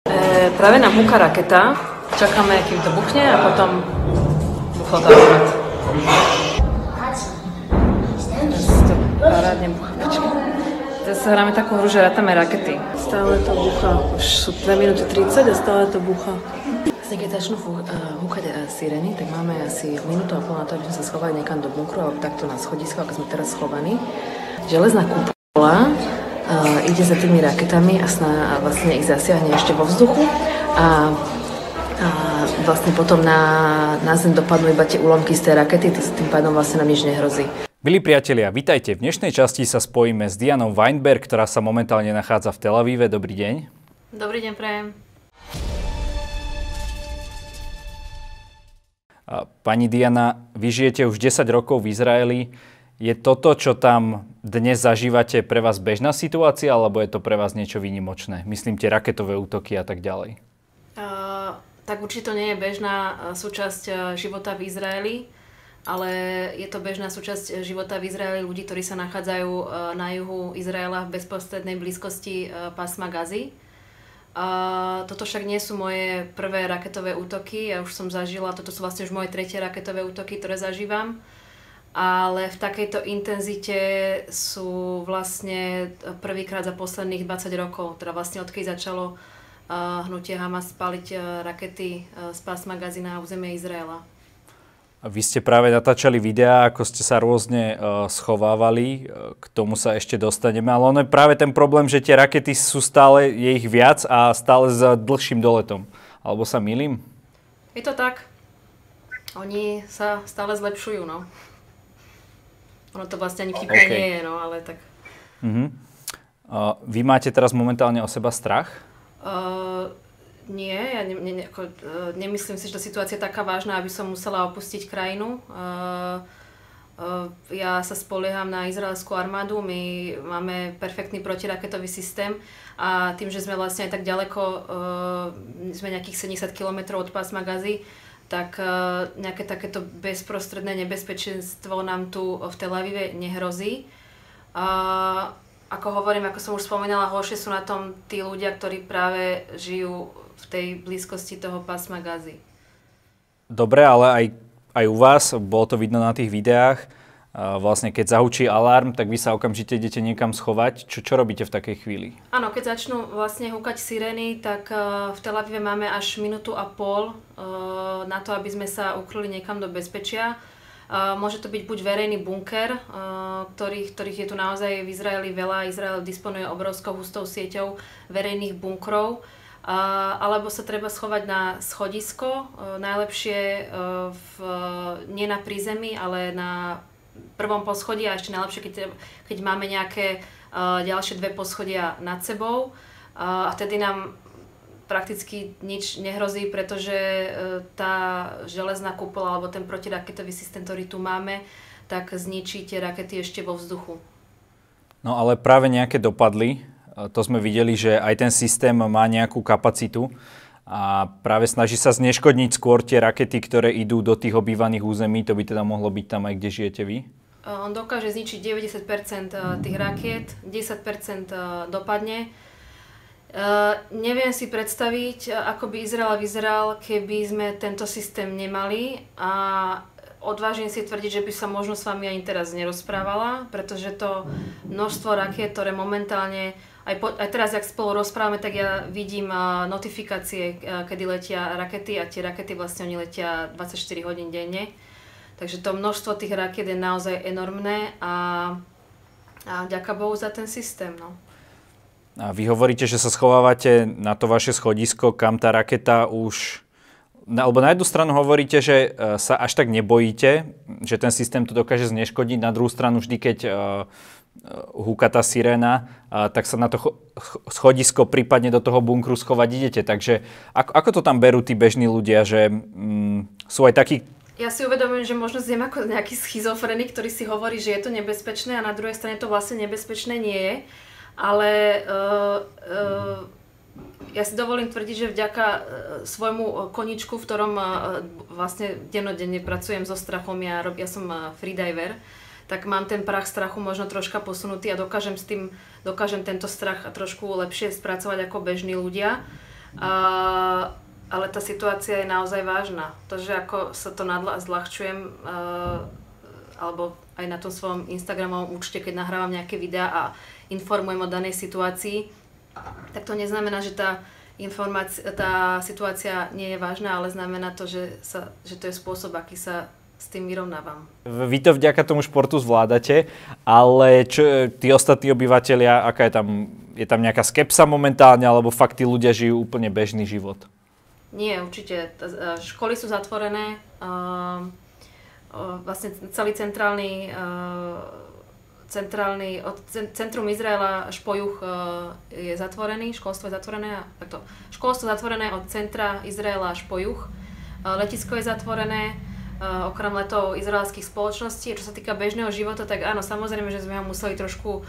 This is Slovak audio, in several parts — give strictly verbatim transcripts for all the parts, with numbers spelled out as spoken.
E, práve nám búcha raketa. Čakáme, kým to buchne a potom buchlo to akurát. Parádne búcha. Teraz hráme takú hru, že rátame rakety. Stále to búcha. Už sú dve minúty tridsať a stále to búcha. Keď začnú húkať uh, sirény, tak máme asi minútu a pol na to, aby sme sa schovali niekam do bunkru, alebo takto na schodisko, ako sme teraz schovaní. Železná kupola uh, ide za tými raketami a sná, vlastne ich zasiahne ešte vo vzduchu a, a vlastne potom na, na zem dopadnú iba tie úlomky z tej rakety, tým pádom vlastne nám nič nehrozí. Milí priatelia, vitajte. V dnešnej časti sa spojíme s Dianou Weinberg, ktorá sa momentálne nachádza v Tel Avive. Dobrý deň. Dobrý deň, prajem. Pani Diana, vy žijete už desať rokov v Izraeli. Je toto, čo tam dnes zažívate, pre vás bežná situácia, alebo je to pre vás niečo výnimočné? Myslím tie raketové útoky a tak ďalej. Uh, tak určite to nie je bežná súčasť života v Izraeli, ale je to bežná súčasť života v Izraeli ľudí, ktorí sa nachádzajú na juhu Izraela v bezprostrednej blízkosti pásma Gazy. Uh, toto však nie sú moje prvé raketové útoky, ja už som zažila, toto sú vlastne už moje tretie raketové útoky, ktoré zažívam, ale v takejto intenzite sú vlastne prvýkrát za posledných dvadsať rokov, teda vlastne odkedy začalo uh, hnutie Hamas spáliť uh, rakety uh, z pásma Gazy na územie Izraela. Vy ste práve natáčali videá, ako ste sa rôzne uh, schovávali, k tomu sa ešte dostaneme, ale ono je práve ten problém, že tie rakety sú stále, je ich viac a stále s dlhším doletom. Alebo sa mýlim? Je to tak. Oni sa stále zlepšujú, no. Ono to vlastne ani vtipné okay. nie je, no, ale tak. Uh-huh. Uh, vy máte teraz momentálne o seba strach? Uh, Nie, ja ne, ne, ako, nemyslím si, že tá situácia je taká vážna, aby som musela opustiť krajinu. Uh, uh, ja sa spolieham na izraelskú armádu, my máme perfektný protiraketový systém a tým, že sme vlastne aj tak ďaleko, uh, sme nejakých sedemdesiat kilometrov od pásma Gazy, tak uh, nejaké takéto bezprostredné nebezpečenstvo nám tu v Tel Avive nehrozí. Uh, ako hovorím, ako som už spomínala, horšie sú na tom tí ľudia, ktorí práve žijú v tej blízkosti toho pásma Gazy. Dobre, ale aj, aj u vás, bolo to vidno na tých videách, vlastne keď zahučí alarm, tak vy sa okamžite idete niekam schovať. Čo, čo robíte v takej chvíli? Áno, keď začnú vlastne húkať sirény, tak v Tel Avive máme až minútu a pol na to, aby sme sa ukryli niekam do bezpečia. Môže to byť buď verejný bunker, ktorých, ktorých je tu naozaj v Izraeli veľa. Izrael disponuje obrovskou hustou sieťou verejných bunkrov. Alebo sa treba schovať na schodisko, najlepšie v, nie na prízemí, ale na prvom poschodí a ešte najlepšie, keď, keď máme nejaké ďalšie dve poschodia nad sebou. A vtedy nám prakticky nič nehrozí, pretože tá železná kupola alebo ten protiraketový systém, ktorý tu máme, tak zničí tie rakety ešte vo vzduchu. No ale práve nejaké dopadli. To sme videli, že aj ten systém má nejakú kapacitu a práve snaží sa zneškodniť skôr tie rakety, ktoré idú do tých obývaných území. To by teda mohlo byť tam aj, kde žijete vy? On dokáže zničiť deväťdesiat percent tých rakiet, desať percent dopadne. Uh, neviem si predstaviť, ako by Izrael vyzeral, keby sme tento systém nemali a odvážim si tvrdiť, že by sa možno s vami ani teraz nerozprávala, pretože to množstvo rakiet, ktoré momentálne, aj, po, aj teraz, ak spolu rozprávame, tak ja vidím uh, notifikácie, uh, kedy letia rakety a tie rakety vlastne oni letia dvadsaťštyri hodín denne. Takže to množstvo tých rakiet je naozaj enormné a, a ďaká Bohu za ten systém, no. A vy hovoríte, že sa schovávate na to vaše schodisko, kam tá raketa už... Alebo na jednu stranu hovoríte, že sa až tak nebojíte, že ten systém to dokáže zneškodiť. Na druhú stranu vždy, keď uh, húka tá siréna, uh, tak sa na to schodisko, prípadne do toho bunkru schovať idete. Takže ako, ako to tam berú tí bežní ľudia, že um, sú aj takí... Ja si uvedomujem, že možno zjem ako nejaký schizofrenik, ktorý si hovorí, že je to nebezpečné a na druhej strane to vlastne nebezpečné nie je. Ale uh, uh, ja si dovolím tvrdiť, že vďaka uh, svojmu koničku, v ktorom uh, vlastne dennodenne pracujem so strachom, ja, rob, ja som uh, freediver, tak mám ten prach strachu možno troška posunutý a dokážem s tým, dokážem tento strach trošku lepšie spracovať ako bežní ľudia. Uh, ale tá situácia je naozaj vážna. To, že ako sa to nadla- zľahčujem, uh, alebo aj na tom svojom Instagramovom účte, keď nahrávam nejaké videá a informujem o danej situácii, tak to neznamená, že tá, informácia, tá situácia nie je vážna, ale znamená to, že, sa, že to je spôsob, aký sa s tým vyrovnávam. Vy to vďaka tomu športu zvládate, ale čo, tí ostatní obyvateľia, aká je tam, je tam nejaká skepsa momentálne, alebo fakt tí ľudia žijú úplne bežný život? Nie, určite. Školy sú zatvorené, vlastne celý centrálny, centrálny od centrum Izraela až po juh je zatvorený, školstvo je zatvorené, takto. Školstvo je zatvorené od centra Izraela až po juh, letisko je zatvorené, okrem letov izraelských spoločností. Čo sa týka bežného života, tak áno, samozrejme, že sme ho museli trošku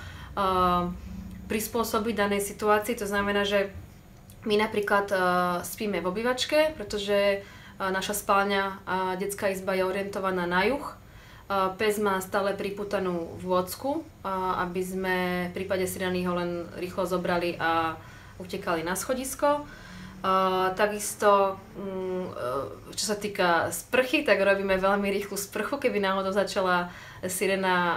prispôsobiť danej situácii, to znamená, že my napríklad uh, spíme v obývačke, pretože uh, naša spálňa a detská izba je orientovaná na juh. Uh, pes má stále pripútanú vôdzku, uh, aby sme v prípade sirény ho len rýchlo zobrali a utekali na schodisko. Uh, takisto, um, uh, čo sa týka sprchy, tak robíme veľmi rýchlu sprchu, keby náhodou začala sirena uh,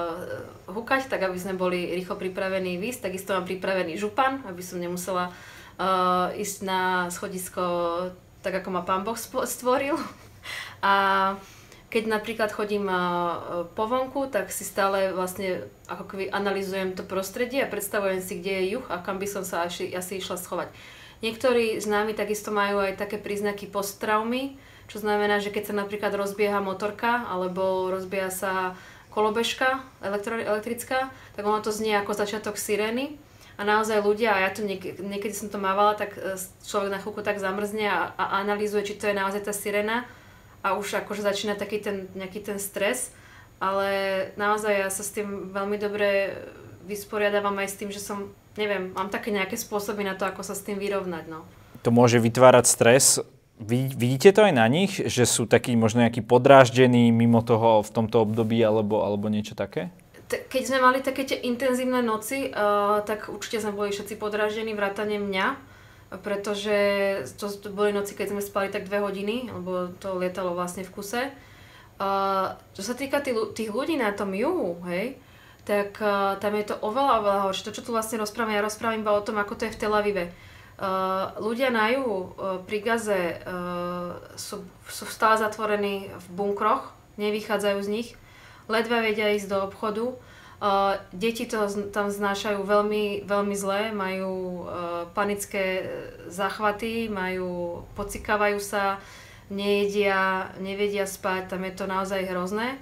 hukať, tak aby sme boli rýchlo pripravení výsť. Takisto mám pripravený župan, aby som nemusela Uh, ísť na schodisko tak, ako ma Pán Boh stvoril. A keď napríklad chodím uh, po vonku, tak si stále vlastne ako keby analyzujem to prostredie a predstavujem si, kde je juh a kam by som sa asi, asi išla schovať. Niektorí z nami takisto majú aj také príznaky posttraumy, čo znamená, že keď sa napríklad rozbieha motorka alebo rozbieha sa kolobežka elektro- elektrická, tak ono to znie ako začiatok sirény. A naozaj ľudia, a ja to niek- niekedy som to mávala, tak človek na chvíľku tak zamrzne a, a analýzuje, či to je naozaj tá sirena a už akože začína taký ten, nejaký ten stres, ale naozaj ja sa s tým veľmi dobre vysporiadavam aj s tým, že som, neviem, mám také nejaké spôsoby na to, ako sa s tým vyrovnať, no. To môže vytvárať stres. Vy, vidíte to aj na nich, že sú takí možno nejakí podráždení mimo toho v tomto období alebo, alebo niečo také? Keď sme mali také tie intenzívne noci, uh, tak určite sme boli všetci podráždení, vrátane mňa, pretože to, to boli noci, keď sme spali tak dve hodiny, lebo to lietalo vlastne v kuse. Uh, čo sa týka tých, tých ľudí na tom juhu, hej, tak uh, tam je to oveľa, oveľa horšie. To, čo tu vlastne rozprávam, ja rozprávam iba o tom, ako to je v Tel Avive. Uh, ľudia na juhu, uh, pri Gaze, uh, sú, sú stále zatvorení v bunkroch, nevychádzajú z nich. Ledva vedia ísť do obchodu. Uh, deti to tam znášajú veľmi, veľmi zle, majú uh, panické záchvaty, majú, pocikávajú sa, nejedia, nevedia spať, tam je to naozaj hrozné.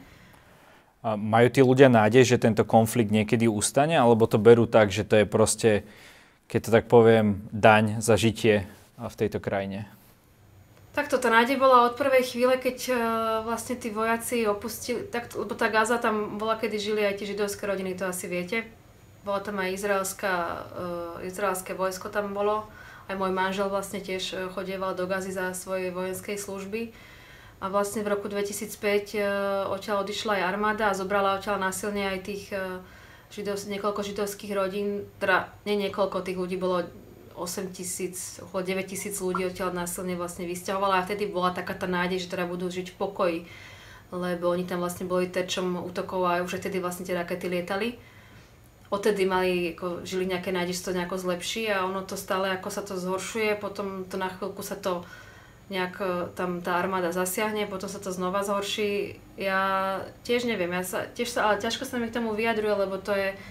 A majú tí ľudia nádej, že tento konflikt niekedy ustane, alebo to berú tak, že to je proste, keď to tak poviem, daň za žitie v tejto krajine? Tak toto nádej bola od prvej chvíle, keď uh, vlastne tí vojaci opustili, tak, lebo tá Gaza tam bola, kedy žili aj tie židovské rodiny, to asi viete. Bola tam aj izraelská, uh, izraelské vojsko tam bolo, aj môj manžel vlastne tiež chodieval do Gazy za svojej vojenskej služby. A vlastne v roku dvetisícpäť uh, odtiaľ odišla aj armáda a zobrala odtiaľ násilne aj tých uh, židov, niekoľko židovských rodín, teda nie niekoľko, tých ľudí bolo osem tisíc, okolo deväť tisíc ľudí odtiaľ násilne vlastne vysťahovala a vtedy bola taká tá nádej, že teda budú žiť v pokoji, lebo oni tam vlastne boli terčom útokov a už vtedy vlastne tie rakety lietali. Odtedy mali, ako, žili nejaké nádej, že to nejako zlepší a ono to stále ako sa to zhoršuje, potom to na chvíľku sa to nejak tam tá armáda zasiahne, potom sa to znova zhorší. Ja tiež neviem, ja sa, tiež sa, ale ťažko sa mi k tomu vyjadruje, lebo to je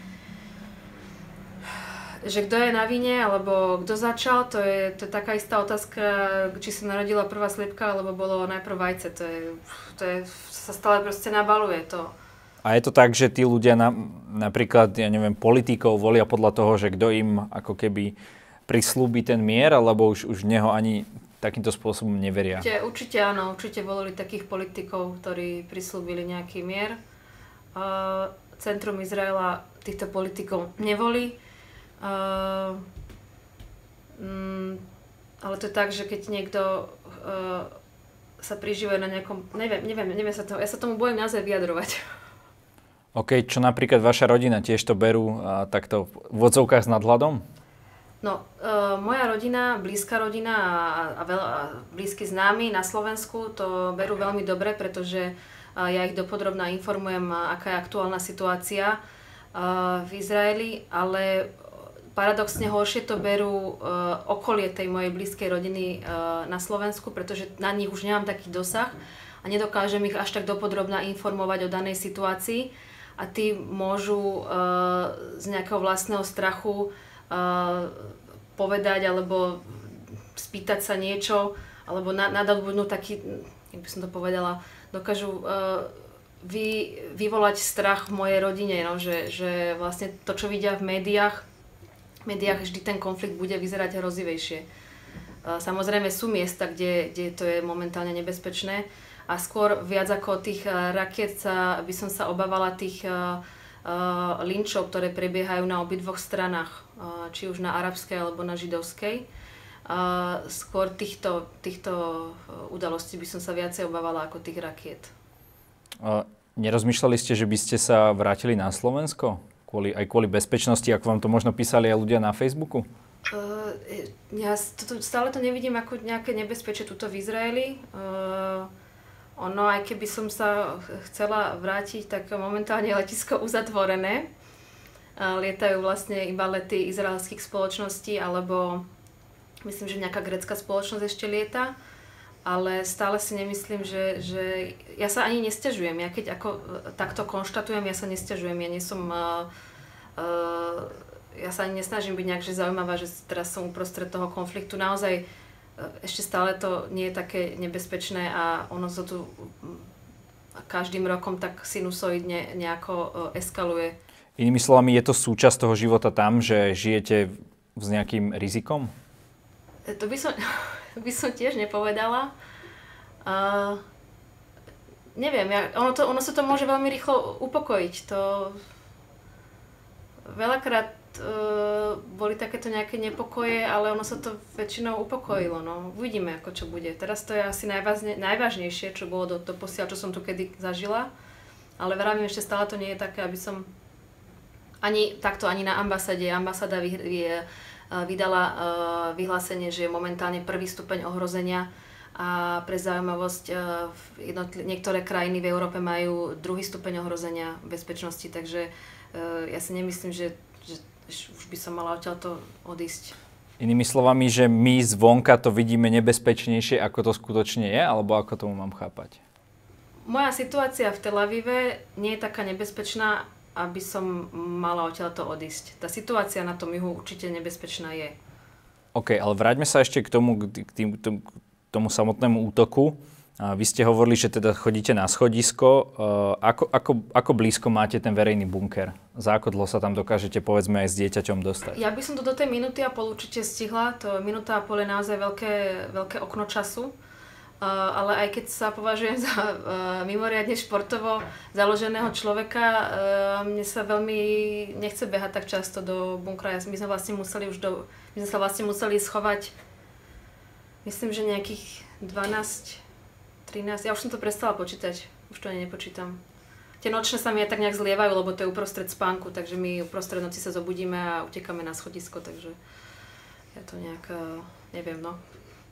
že kto je na vine, alebo kto začal, to je, to je taká istá otázka, či sa narodila prvá sliepka, alebo bolo najprv vajce. To je, to je, sa stále proste nabaluje to. A je to tak, že tí ľudia na, napríklad, ja neviem, politikov volia podľa toho, že kto im ako keby prislúbi ten mier, alebo už, už v neho ani takýmto spôsobom neveria? Určite, určite áno, určite volili takých politikov, ktorí prislúbili nejaký mier. Uh, Centrum Izraela týchto politikov nevolí. Uh, mm, ale to je tak, že keď niekto uh, sa prižíva na nejakom, neviem, neviem, neviem sa toho, ja sa tomu bojím naozaj vyjadrovať. OK, čo napríklad vaša rodina tiež to berú uh, takto v odzovkách s nadhľadom? No, uh, moja rodina, blízka rodina a, a, veľ, a blízky známi na Slovensku to berú veľmi dobre, pretože uh, ja ich dopodrobná informujem, aká je aktuálna situácia uh, v Izraeli, ale paradoxne horšie to berú uh, okolie tej mojej blízkej rodiny uh, na Slovensku, pretože na nich už nemám taký dosah a nedokážem ich až tak dopodrobná informovať o danej situácii a tí môžu uh, z nejakého vlastného strachu uh, povedať alebo spýtať sa niečo alebo na, nadobudnúť taký, jak by som to povedala, dokážu uh, vy, vyvolať strach v mojej rodine, no, že, že vlastne to, čo vidia v médiách, v médiách vždy ten konflikt bude vyzerať hrozivejšie. Samozrejme sú miesta, kde, kde to je momentálne nebezpečné a skôr viac ako tých rakiet sa, by som sa obávala tých uh, uh, linčov, ktoré prebiehajú na obidvoch stranách, uh, či už na arabskej alebo na židovskej. Uh, skôr týchto, týchto udalostí by som sa viacej obávala ako tých rakiet. Uh, nerozmýšľali ste, že by ste sa vrátili na Slovensko? Kvôli, aj kvôli bezpečnosti, ako vám to možno písali aj ľudia na Facebooku? Uh, ja to, stále to nevidím ako nejaké nebezpečie tuto v Izraeli. Uh, ono, aj keby som sa chcela vrátiť, tak momentálne je letisko uzatvorené. Uh, lietajú vlastne iba lety izraelských spoločností, alebo myslím, že nejaká grécka spoločnosť ešte lieta. Ale stále si nemyslím, že, že ja sa ani nesťažujem. Ja keď ako takto konštatujem, ja sa nesťažujem. Ja nie som, uh, uh, ja sa ani nesnažím byť nejak že zaujímavá, že teraz som uprostred toho konfliktu. Naozaj uh, ešte stále to nie je také nebezpečné a ono sa tu uh, každým rokom tak sinusoidne nejako uh, eskaluje. Inými slovami, je to súčasť toho života tam, že žijete s nejakým rizikom? To by som... by som tiež nepovedala. Uh, neviem, ja, ono, to, ono sa to môže veľmi rýchlo upokojiť. To veľakrát uh, boli takéto nejaké nepokoje, ale ono sa to väčšinou upokojilo. No. Uvidíme, ako čo bude. Teraz to je asi najvážne, najvážnejšie, čo bolo do, do posiaľ, čo som tu kedy zažila. Ale vravím, ešte stále to nie je také, aby som ani takto, ani na ambasáde. Ambasáda vy, vy, vydala uh, vyhlásenie, že je momentálne prvý stupeň ohrozenia a pre zaujímavosť uh, jednotli- niektoré krajiny v Európe majú druhý stupeň ohrozenia bezpečnosti, takže uh, ja si nemyslím, že, že, že už by som mala odtiaľto odísť. Inými slovami, že my zvonka to vidíme nebezpečnejšie, ako to skutočne je, alebo ako tomu mám chápať? Moja situácia v Tel Avive nie je taká nebezpečná, aby som mala odtiaľto odísť. Tá situácia na tom juhu určite nebezpečná je. OK, ale vráťme sa ešte k tomu, k tým, k tomu samotnému útoku. Vy ste hovorili, že teda chodíte na schodisko. Ako, ako, ako blízko máte ten verejný bunker? Za ako dlho sa tam dokážete, povedzme, aj s dieťaťom dostať? Ja by som to do tej minúty a pol určite stihla. To minúta a pol je naozaj veľké, veľké okno času. Uh, ale aj keď sa považujem za uh, mimoriadne športovo založeného človeka, uh, mne sa veľmi nechce behať tak často do bunkra. My sme vlastne museli už do, my sme sa vlastne museli schovať, myslím, že nejakých dvanásť, trinásť, ja už som to prestala počítať, už to ani nepočítam. Tie nočné sa mi aj tak nejak zlievajú, lebo to je uprostred spánku, takže my uprostred noci sa zobudíme a utekáme na schodisko, takže ja to nejak, uh, neviem, no.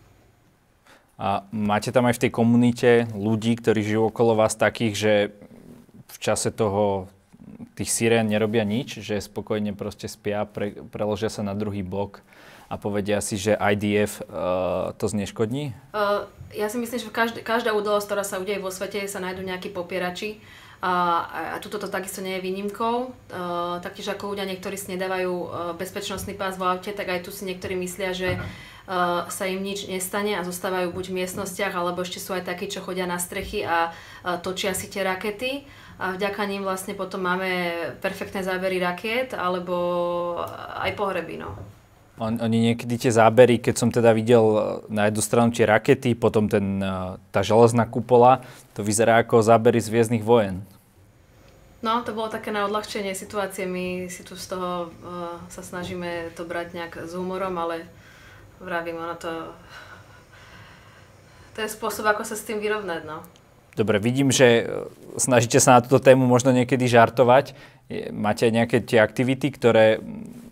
A máte tam aj v tej komunite ľudí, ktorí žijú okolo vás takých, že v čase toho tých sirén nerobia nič, že spokojne proste spia, pre, preložia sa na druhý blok a povedia si, že í dé ef uh, to zneškodní? Uh, ja si myslím, že každá, každá udalosť, ktorá sa udeje vo svete, sa nájdú nejakí popierači. A, a tuto to takisto nie je výnimkou. Uh, taktiež ako ľudia niektorí si nedávajú uh, bezpečnostný pás v aute, tak aj tu si niektorí myslia, že uh, sa im nič nestane a zostávajú buď v miestnostiach, alebo ešte sú aj takí, čo chodia na strechy a uh, točia si tie rakety. A vďaka ním vlastne potom máme perfektné zábery rakiet, alebo aj pohreby, no. On, oni niekedy tie zábery, keď som teda videl na jednu stranu tie rakety, potom ten, tá železná kupola, to vyzerá ako zábery z Hviezdnych vojen. No, to bolo také na odľahčenie situácie. My si tu z toho uh, sa snažíme to brať nejak s humorom, ale vravím, ono to... To je spôsob, ako sa s tým vyrovnať, no. Dobre, vidím, že snažíte sa na túto tému možno niekedy žartovať. Máte nejaké tie aktivity, ktoré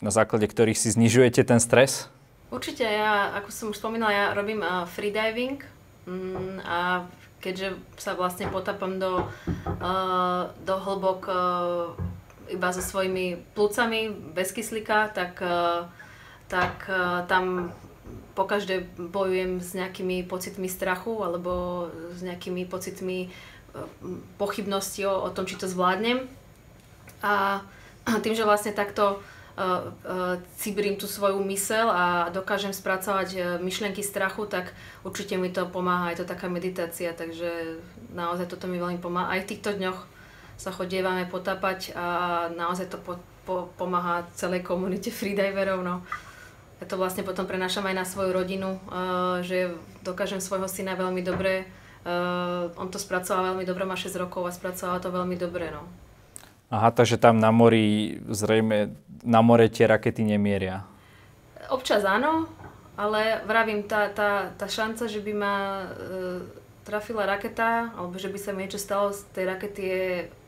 na základe ktorých si znižujete ten stres? Určite, ja, ako som už spomínala, ja robím uh, freediving um, a keďže sa vlastne potápam do, uh, do hlbok uh, iba so svojimi plúcami bez kyslíka, tak, uh, tak uh, tam pokaždé bojujem s nejakými pocitmi strachu alebo s nejakými pocitmi uh, pochybnosti o, o tom, či to zvládnem. A tým, že vlastne takto Uh, uh, cibrím tú svoju myseľ a dokážem spracovať uh, myšlienky strachu, tak určite mi to pomáha, je to taká meditácia, takže naozaj toto mi veľmi pomáha. Aj v týchto dňoch sa chodievame potápať a naozaj to po, po, pomáha celej komunite freediverov. No. Ja to vlastne potom prenášam aj na svoju rodinu, uh, že dokážem svojho syna veľmi dobre, uh, on to spracoval veľmi dobre, má šesť rokov a spracoval to veľmi dobre. No. Aha, takže tam na mori, zrejme, na more tie rakety nemieria. Občas áno, ale vravím, tá, tá, tá šanca, že by ma e, trafila raketa, alebo že by sa mi niečo stalo z tej rakety je,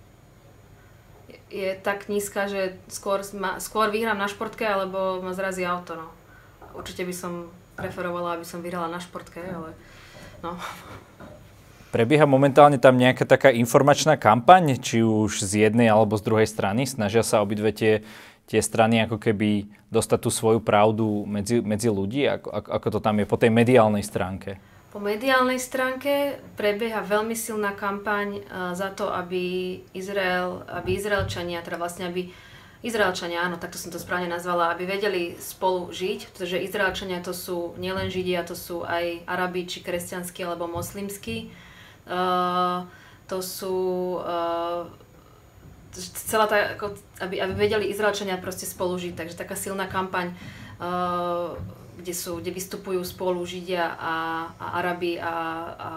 je tak nízka, že skôr, ma, skôr vyhrám na športke, alebo ma zrazí auto. No. Určite by som preferovala, aby som vyhrala na športke, ale no... Prebieha momentálne tam nejaká taká informačná kampaň, či už z jednej alebo z druhej strany? Snažia sa obidve tie, tie strany ako keby dostať tú svoju pravdu medzi, medzi ľudí? Ako, ako, ako to tam je po tej mediálnej stránke? Po mediálnej stránke prebieha veľmi silná kampaň uh, za to, aby Izrael, aby Izraelčania, teda vlastne aby Izraelčania, áno, takto som to správne nazvala, aby vedeli spolu žiť, pretože Izraelčania to sú nielen Židia, to sú aj Arabi, či kresťanskí alebo moslimskí. Uh, to sú uh, celá tá, ako, aby, aby vedeli Izraelčania proste spolu žiť, takže taká silná kampaň, uh, kde, sú, kde vystupujú spolu Židia a, a Arabi a, a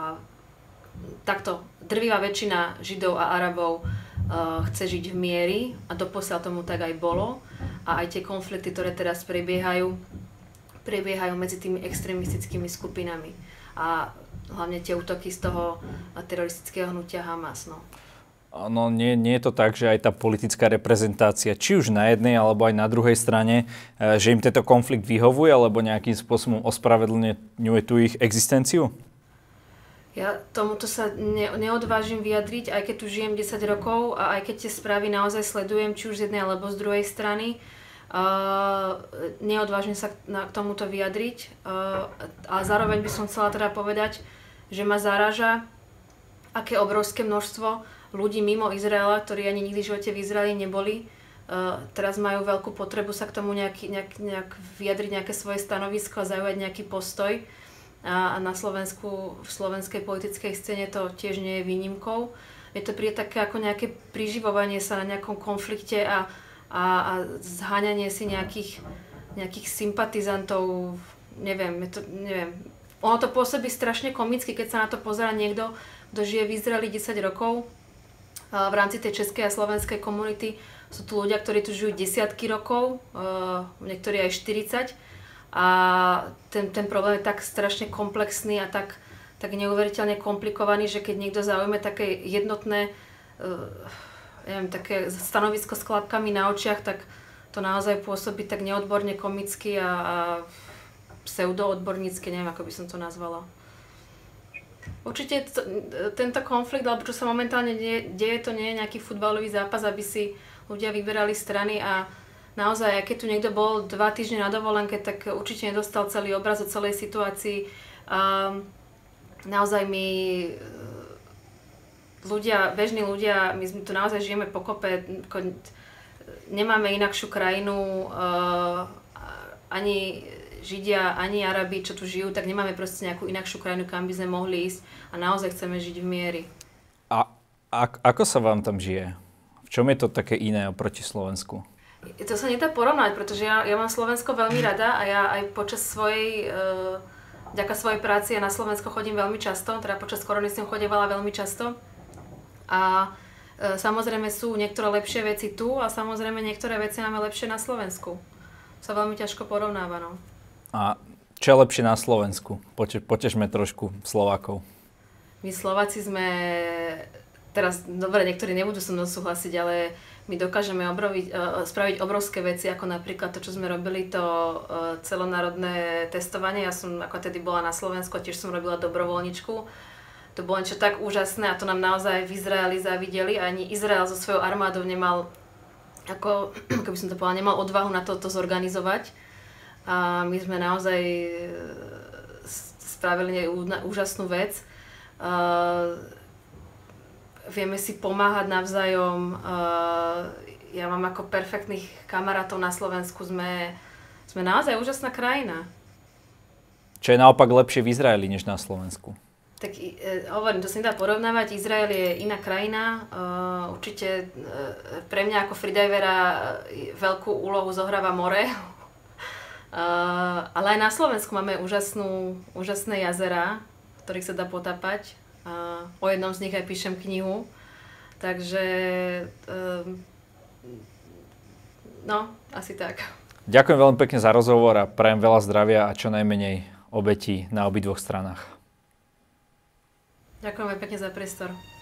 takto drvivá väčšina Židov a Arabov uh, chce žiť v miery a doposiaľ tomu tak aj bolo a aj tie konflikty, ktoré teraz prebiehajú, prebiehajú medzi tými extrémistickými skupinami a hlavne tie útoky z toho teroristického hnutia Hamas. No. No nie, nie je to tak, že aj tá politická reprezentácia, či už na jednej alebo aj na druhej strane, že im tento konflikt vyhovuje alebo nejakým spôsobom ospravedlňuje tú ich existenciu? Ja tomuto sa ne, neodvážim vyjadriť, aj keď tu žijem desať rokov a aj keď tie správy naozaj sledujem, či už z jednej alebo z druhej strany. Uh, neodvážim sa na, k tomuto vyjadriť. Uh, a zároveň by som chcela teda povedať, že ma zaráža, aké obrovské množstvo ľudí mimo Izraela, ktorí ani nikdy v živote v Izraeli neboli, uh, teraz majú veľkú potrebu sa k tomu nejaký, nejak, nejak vyjadriť nejaké svoje stanovisko a zaujať nejaký postoj. A, a na Slovensku, v slovenskej politickej scéne to tiež nie je výnimkou. Je to príde také ako nejaké priživovanie sa na nejakom konflikte a, a, a zháňanie si nejakých, nejakých sympatizantov, neviem, je to, neviem. Ono to pôsobí strašne komicky, keď sa na to pozerá niekto, kto žije v Izraeli desať rokov. V rámci tej českej a slovenskej komunity sú tu ľudia, ktorí tu žijú desiatky rokov, niektorí aj štyridsať. A ten, ten problém je tak strašne komplexný a tak, tak neuveriteľne komplikovaný, že keď niekto zaujme také jednotné neviem, také stanovisko s klapkami na očiach, tak to naozaj pôsobí tak neodborne komicky a, a pseudoodbornícky, neviem, ako by som to nazvala. Určite to, tento konflikt, alebo čo sa momentálne deje, deje, to nie je nejaký futbalový zápas, aby si ľudia vyberali strany a naozaj, keď tu niekto bol dva týždne na dovolenke, tak určite nedostal celý obraz o celej situácii. A naozaj my ľudia, bežní ľudia, my tu naozaj žijeme pokope, nemáme inakšiu krajinu, ani Židia, ani Arabi, čo tu žijú, tak nemáme proste nejakú inakšiu krajinu, kam by sme mohli ísť a naozaj chceme žiť v miery. A, a ako sa vám tam žije? V čom je to také iné oproti Slovensku? To sa nedá porovnať, pretože ja, ja mám Slovensko veľmi rada a ja aj počas svojej, e, vďaka svojej práci ja na Slovensko chodím veľmi často, teda počas korony som chodievala veľmi často. A e, samozrejme sú niektoré lepšie veci tu a samozrejme niektoré veci máme lepšie na Slovensku. Sa veľmi ťažko porovnáva, no. A čo je lepšie na Slovensku? Pote, potežme trošku Slovákov. My Slováci sme, teraz, dobre, niektorí nebudú so mnou súhlasiť, ale my dokážeme obroviť, uh, spraviť obrovské veci, ako napríklad to, čo sme robili, to uh, celonárodné testovanie. Ja som ako tedy bola na Slovensku, tiež som robila dobrovoľničku. To bolo niečo tak úžasné a to nám naozaj v Izraeli zavideli. Ani Izrael so svojou armádou nemal, ako, ako by som to povedala, nemal odvahu na to, to zorganizovať. A my sme naozaj spravili úžasnú vec. Uh, Vieme si pomáhať navzájom. Ja mám ako perfektných kamarátov na Slovensku. Sme, sme naozaj úžasná krajina. Čo je naopak lepšie v Izraeli, než na Slovensku? Tak e, hovorím, to sa nedá porovnávať. Izrael je iná krajina. E, určite e, pre mňa ako freedivera veľkú úlohu zohráva more. E, ale aj na Slovensku máme úžasnú, úžasné jazera, v ktorých sa dá potápať. A o jednom z nich aj píšem knihu, takže um, no, asi tak. Ďakujem veľmi pekne za rozhovor a prajem veľa zdravia a čo najmenej obetí na obidvoch stranách. Ďakujem veľmi pekne za priestor.